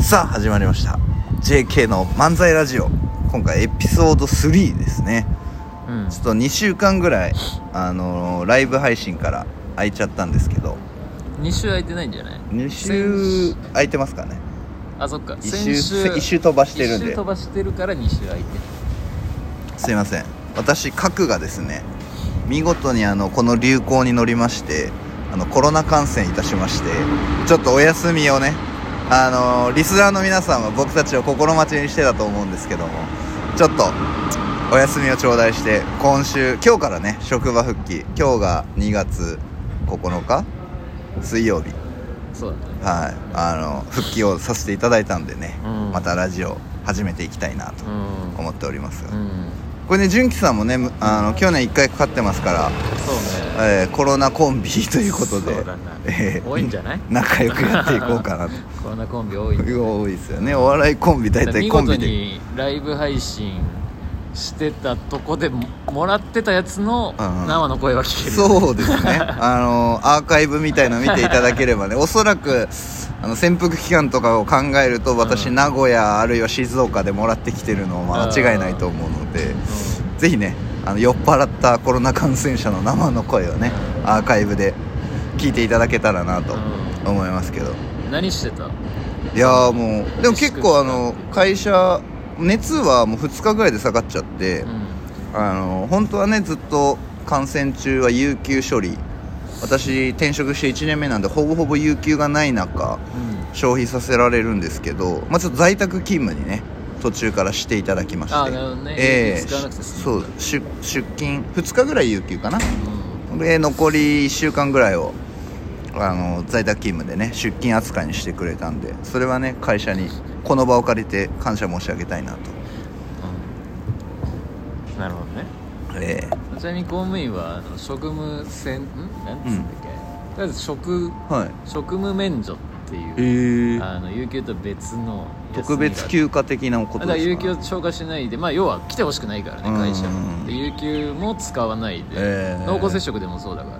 さあ始まりました JK の漫才ラジオ。今回エピソード3ですね、ちょっと2週間ぐらいライブ配信から空いちゃったんですけど、 2週空いてないんじゃない？ 2週空いてますかね。 あ、そっか。 1週飛ばしてるんで、 1週飛ばしてるから2週空いてる。 すいません。私核がですね、見事にこの流行に乗りまして、コロナ感染いたしまして、ちょっとお休みをね、リスナーの皆さんは僕たちを心待ちにしてたと思うんですけども、ちょっとお休みを頂戴して、今日からね職場復帰。今日が2月9日水曜日。 そうだね。 はい、復帰をさせていただいたんでね、またラジオ始めていきたいなと思っております。これね、純喜さんもね、去年1回かかってますから、 そうね、 コロナコンビということで、 多いんじゃない？ 仲良くやっていこうかなと。 コロナコンビ多いんじゃない？ 多いですよね。お笑いコンビ大体コンビで、 見事にライブ配信してたとこで もらってたやつの生の声は聞ける、 そうですね。アーカイブみたいの見ていただければね、おそらく潜伏期間とかを考えると、私名古屋あるいは静岡でもらってきてるの間違いないと思うので、ぜひね、酔っ払ったコロナ感染者の生の声をね、アーカイブで聞いていただけたらなと思いますけど。 何してた？ いやー、もうでも結構会社熱はもう2日ぐらいで下がっちゃって、本当はね、ずっと感染中は有給処理、私転職して1年目なんでほぼほぼ有給がない中、消費させられるんですけど、ちょっと在宅勤務にね途中からしていただきまして、 なるほどね、使わなくて済む。 そう、出勤2日ぐらい有給かな、で残り1週間ぐらいを在宅勤務でね出勤扱いにしてくれたんで、それはね会社にこの場を借りて感謝申し上げたいなと。 なるほどね。ちなみに公務員は職務選なんつうんだっけ、とりあえず職務免除っていう、有給と別の特別休暇的なことですか？ だから有給を消化しないで、要は来てほしくないからね、会社で有給も使わないで、濃厚接触でもそうだから、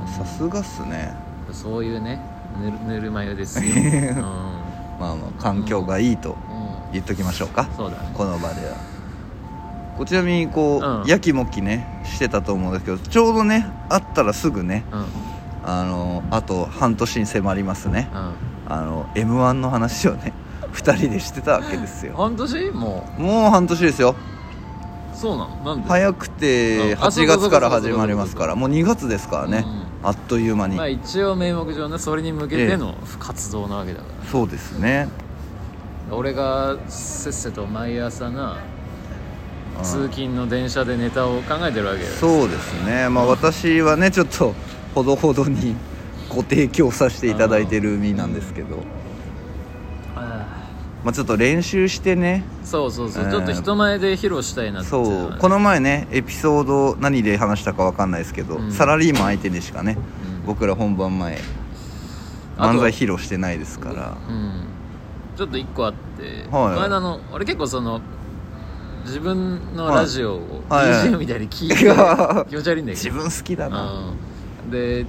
さすがっすね。 そういうね、ぬるま湯ですよ。 環境がいいと言っときましょうか、 そうだね、 この場では。ちなみにやきもきねしてたと思うんですけど、ちょうどね会ったらすぐね、あと半年に迫りますね、M1 の話をね2人でしてたわけですよ。 半年？もう半年ですよ。 そうなの？なんで？ 早くて8月から始まりますから、もう2月ですからね、あっという間に。 一応名目上ね、それに向けての活動なわけだから、 そうですね。 俺がせっせと毎朝通勤の電車でネタを考えてるわけよ。 そうですね。私はねちょっとほどほどにご提供させていただいてる身なんですけど、ちょっと練習してね、 そう、ちょっと人前で披露したいなって。 そう、この前ねエピソード何で話したか分かんないですけど、サラリーマン相手でしかね、僕ら本番前漫才披露してないですから、 ちょっと1個あって、この間俺結構自分のラジオを BGM みたいに聞いて気持ち悪いんだけど、 自分好きだな、 で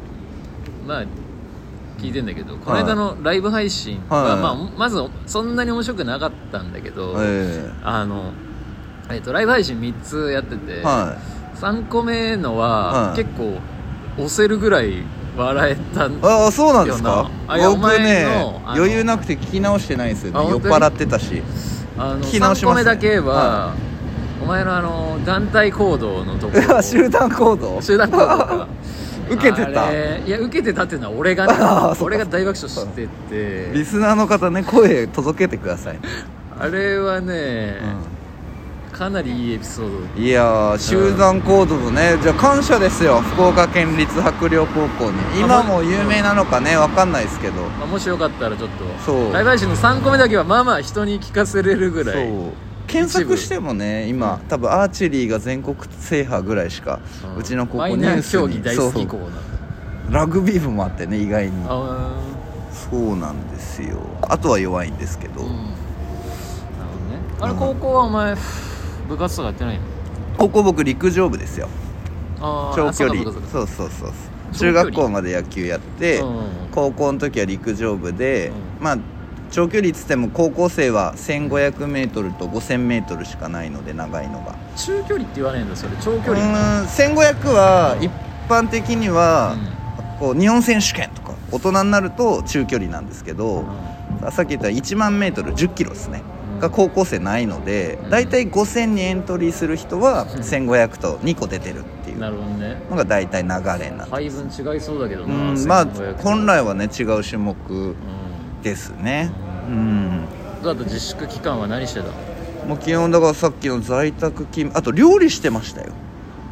聞いてんだけど、この間のライブ配信は、まずそんなに面白くなかったんだけど、ライブ配信3つやってて、3個目のは、結構押せるぐらい笑えたんだよな。 そうなんですか？僕ね余裕なくて聞き直してないんですよね。酔っ払ってたし。聞き直しますね。3 個目だけは、お前の団体行動のところ集団行動が受けてた？ いや、受けてたっていうのは俺がね俺が大爆笑してて、 リスナーの方ね、声届けてください。 あれはね、かなりいいエピソード。 いやー、集団行動のね、じゃあ感謝ですよ、福岡県立白陵高校に。今も有名なのかね、分かんないですけど、 もしよかったらちょっとライブ配信の3個目だけは人に聞かせれるぐらい。 検索してもね、今多分アーチェリーが全国制覇ぐらいしか、うちの高校ニュースに、 マイナー競技大好き校な、 ラグビー部もあってね、意外に。そうなんですよ。あとは弱いんですけど、なるほどね。 高校はお前部活とかやってないの？ 高校僕陸上部ですよ。長距離。そう中学校まで野球やって、高校の時は陸上部で、 長距離っつっても高校生は 1500m と 5000m しかないので、長いのが。 中距離って言わないんだそれ、長距離。 1500は一般的には、こう日本選手権とか大人になると中距離なんですけど、さっき言った1万メートル10キロですね、が高校生ないので、だいたい5000にエントリーする人は1500と2個出てるっていうのがだいたい流れになってます。 配分違いそうだけどな。 まあ本来はね違う種目ですね。 あと自粛期間は何してたの？ もう基本だからさっきの在宅勤務、あと料理してましたよ。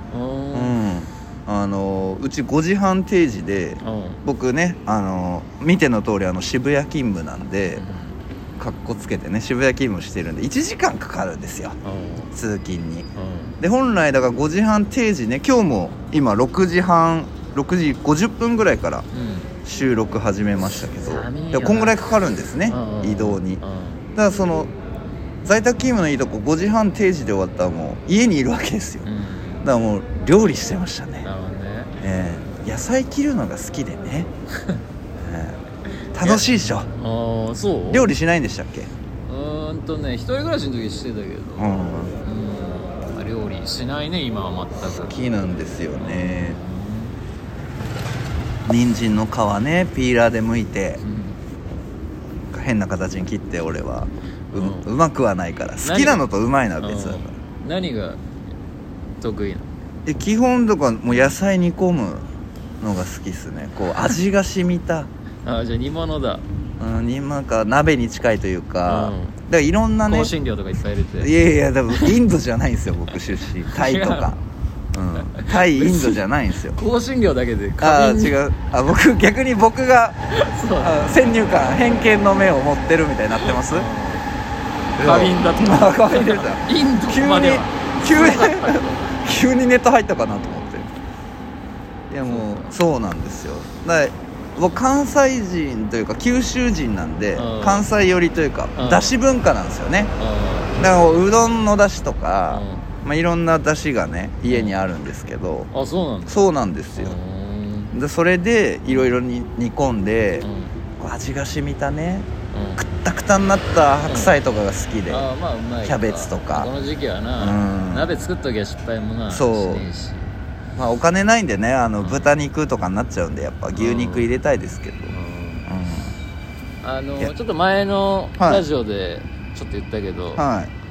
うち5時半定時で、僕ね見ての通り渋谷勤務なんで、かっこつけてね渋谷勤務してるんで1時間かかるんですよ、通勤に。で本来だから5時半定時ね、今日も今6時50分ぐらいから収録始めましたけど、こんぐらいかかるんですね、移動に。だからその在宅勤務のいいとこ、5時半定時で終わったらもう家にいるわけですよ。だからもう料理してましたね。野菜切るのが好きでね楽しいでしょ。 そう？ 料理しないんでしたっけ？ 一人暮らしの時してたけど、料理しないね今は。全く好きなんですよね。人参の皮ねピーラーで剥いて、変な形に切って、俺はうまくはないから、好きなのとうまいのは別だから。 何が得意なの？ 基本とかもう野菜煮込むのが好きっすね。こう味が染みたじゃあ煮物だ。 なんか鍋に近いというか、だからいろんなね、 香辛料とかいっぱい入れて。 いや多分インドじゃないんですよ僕出身タイとかタイインドじゃないんですよ。 香辛料だけで違う。逆に僕が先入観偏見の目を持ってるみたいになってます。 過敏だと。 過敏出た。 インドまでは急にネット入ったかなと思って。いやもうそうなんですよ。だから僕関西人というか九州人なんで、関西寄りというかだし文化なんですよね。だからうどんのだしとか、いろんなだしがね家にあるんですけど。そうなんですよ。でそれでいろいろ煮込んで、味が染みたね、くったくたになった白菜とかが好きで、キャベツとか。 この時期はな、鍋作っときゃ失敗もなそうしねえし、お金ないんでね豚肉とかになっちゃうんで、やっぱ牛肉入れたいですけど、 ちょっと前のラジオでちょっと言ったけど、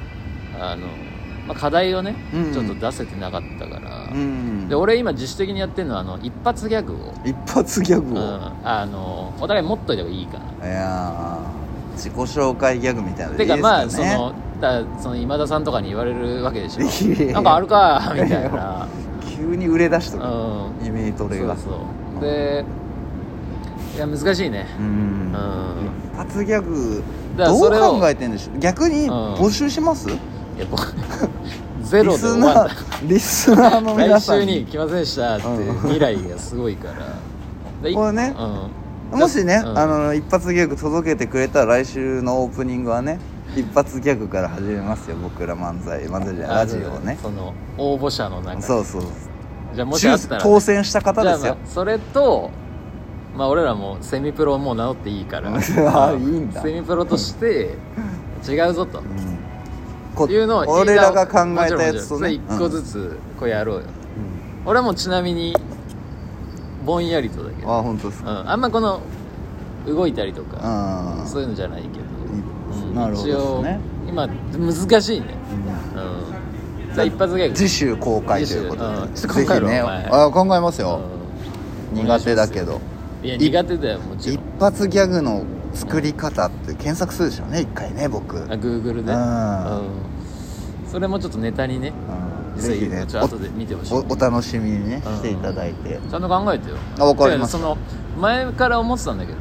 課題をね、ちょっと出せてなかったから、で俺今自主的にやってるのは一発ギャグをお互い持っといた方がいいかな。 いや自己紹介ギャグみたいなのでいいですかね。その今田さんとかに言われるわけでしょなんかあるかみたいな急に売れ出しとく、イメトレが。 そうで、いや難しいね。 一発ギャグどう考えてんでしょ。逆に募集します？ ゼロで終わったリスナーの皆さん来週に来ませんでしたって未来がすごいからこれね、もしね一発ギャグ届けてくれたら、来週のオープニングはね一発ギャグから始めますよ。僕ら漫才じゃないラジオをね、 その応募者の中で。 そうじゃあもしあったら、 当選した方ですよ。 それと俺らもセミプロもう名乗っていいからいいんだ。 セミプロとして違うぞと、いうのを俺らが考えたやつとね 1個ずつこうやろうよ。俺はもうちなみにぼんやりとだけど、 本当ですか。 あんまこの動いたりとかそういうのじゃないけど、 なるほどですね。 今難しいね。一発ギャグ次週公開ということで、 ぜひね。 考えますよ。苦手だけど。 いや苦手だよもちろん。 一発ギャグの作り方って検索するでしょうね、一回ね僕。 Google で。それもちょっとネタにね。ぜひね。後で見てほしい。 お楽しみにねしていただいて。 ちゃんと考えてよ。 わかります。 その前から思ってたんだけど、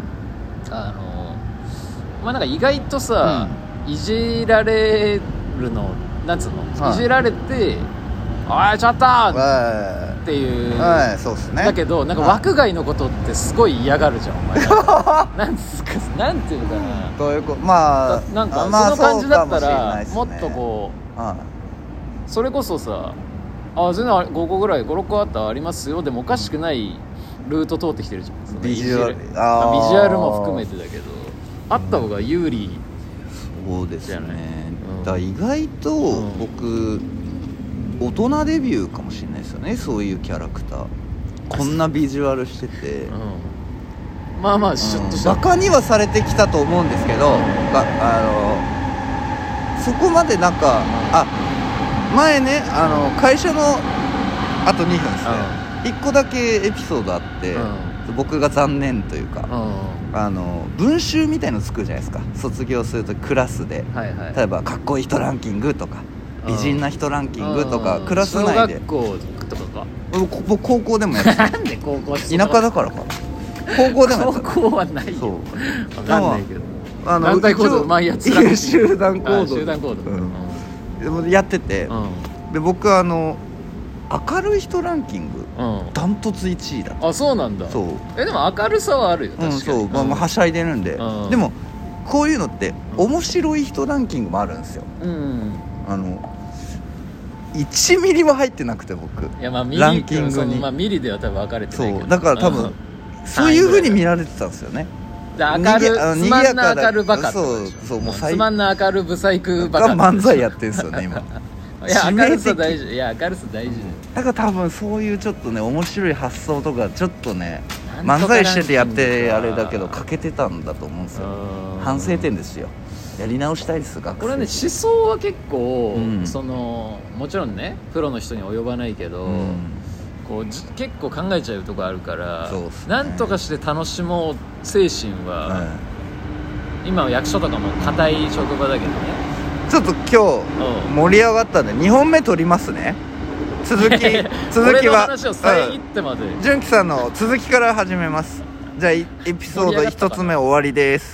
なんか意外とさ、いじられるのなんつうの、いじられて「おいちょっと!」っていう、 そうっすね。 だけどなんか枠外のことってすごい嫌がるじゃんお前なんていうのかな、 どういうこと。 なんかその感じだったらもっとこう、それこそさ全然5個ぐらい5、6個あったらありますよでもおかしくないルート通ってきてるじゃん。ビジュアルも含めてだけど、 あった方が有利、 そうですね、だから意外と僕、大人デビューかもしれないですよね、そういうキャラクターこんなビジュアルしてて、 まあまあシュッとした、 バカにはされてきたと思うんですけど、そこまでなんか、前ね会社のあと2分ですね、1個だけエピソードあって、僕が残念というか、文集みたいの作るじゃないですか、卒業するとクラスで、例えばかっこいい人ランキングとか美人な人ランキングとか、クラス内で、 小学校とかか、 僕高校でもやってたなんで高校田舎だからか高校でもやってた高校はないよ、分かんないけど、団体行動うまいやつら集団行動でもやってて、で僕明るい人ランキングダントツ1位だった。 そうなんだ。そうでも明るさはあるよ、確かに。 そう、まあはしゃいでるんで、でもこういうのって面白い人ランキングもあるんですよ。1ミリも入ってなくて、僕いや、まあランキングに、 ミリでは多分分かれてないけど、 そうだから多分そういう風に見られてたんですよね。 つまんな明るバカ、 そうもうつまんな明るブサイクバカが漫才やってるんですよね今いや明るさ大事、いや明るさ大事だから多分そういうちょっとね面白い発想とかちょっとね漫才しててやってあれだけど欠けてたんだと思うんですよ。反省点ですよ、やり直したいです。学生これはね、思想は結構、もちろんねプロの人に及ばないけど、こう結構考えちゃうとこあるから、なんとかして楽しもう精神は、今は役所とかも固い職場だけどね、 ちょっと今日盛り上がったんで2本目撮りますね。続きは俺の話を遮ってまで、 純喜さんの続きから始めます。じゃあエピソード1つ目終わりです。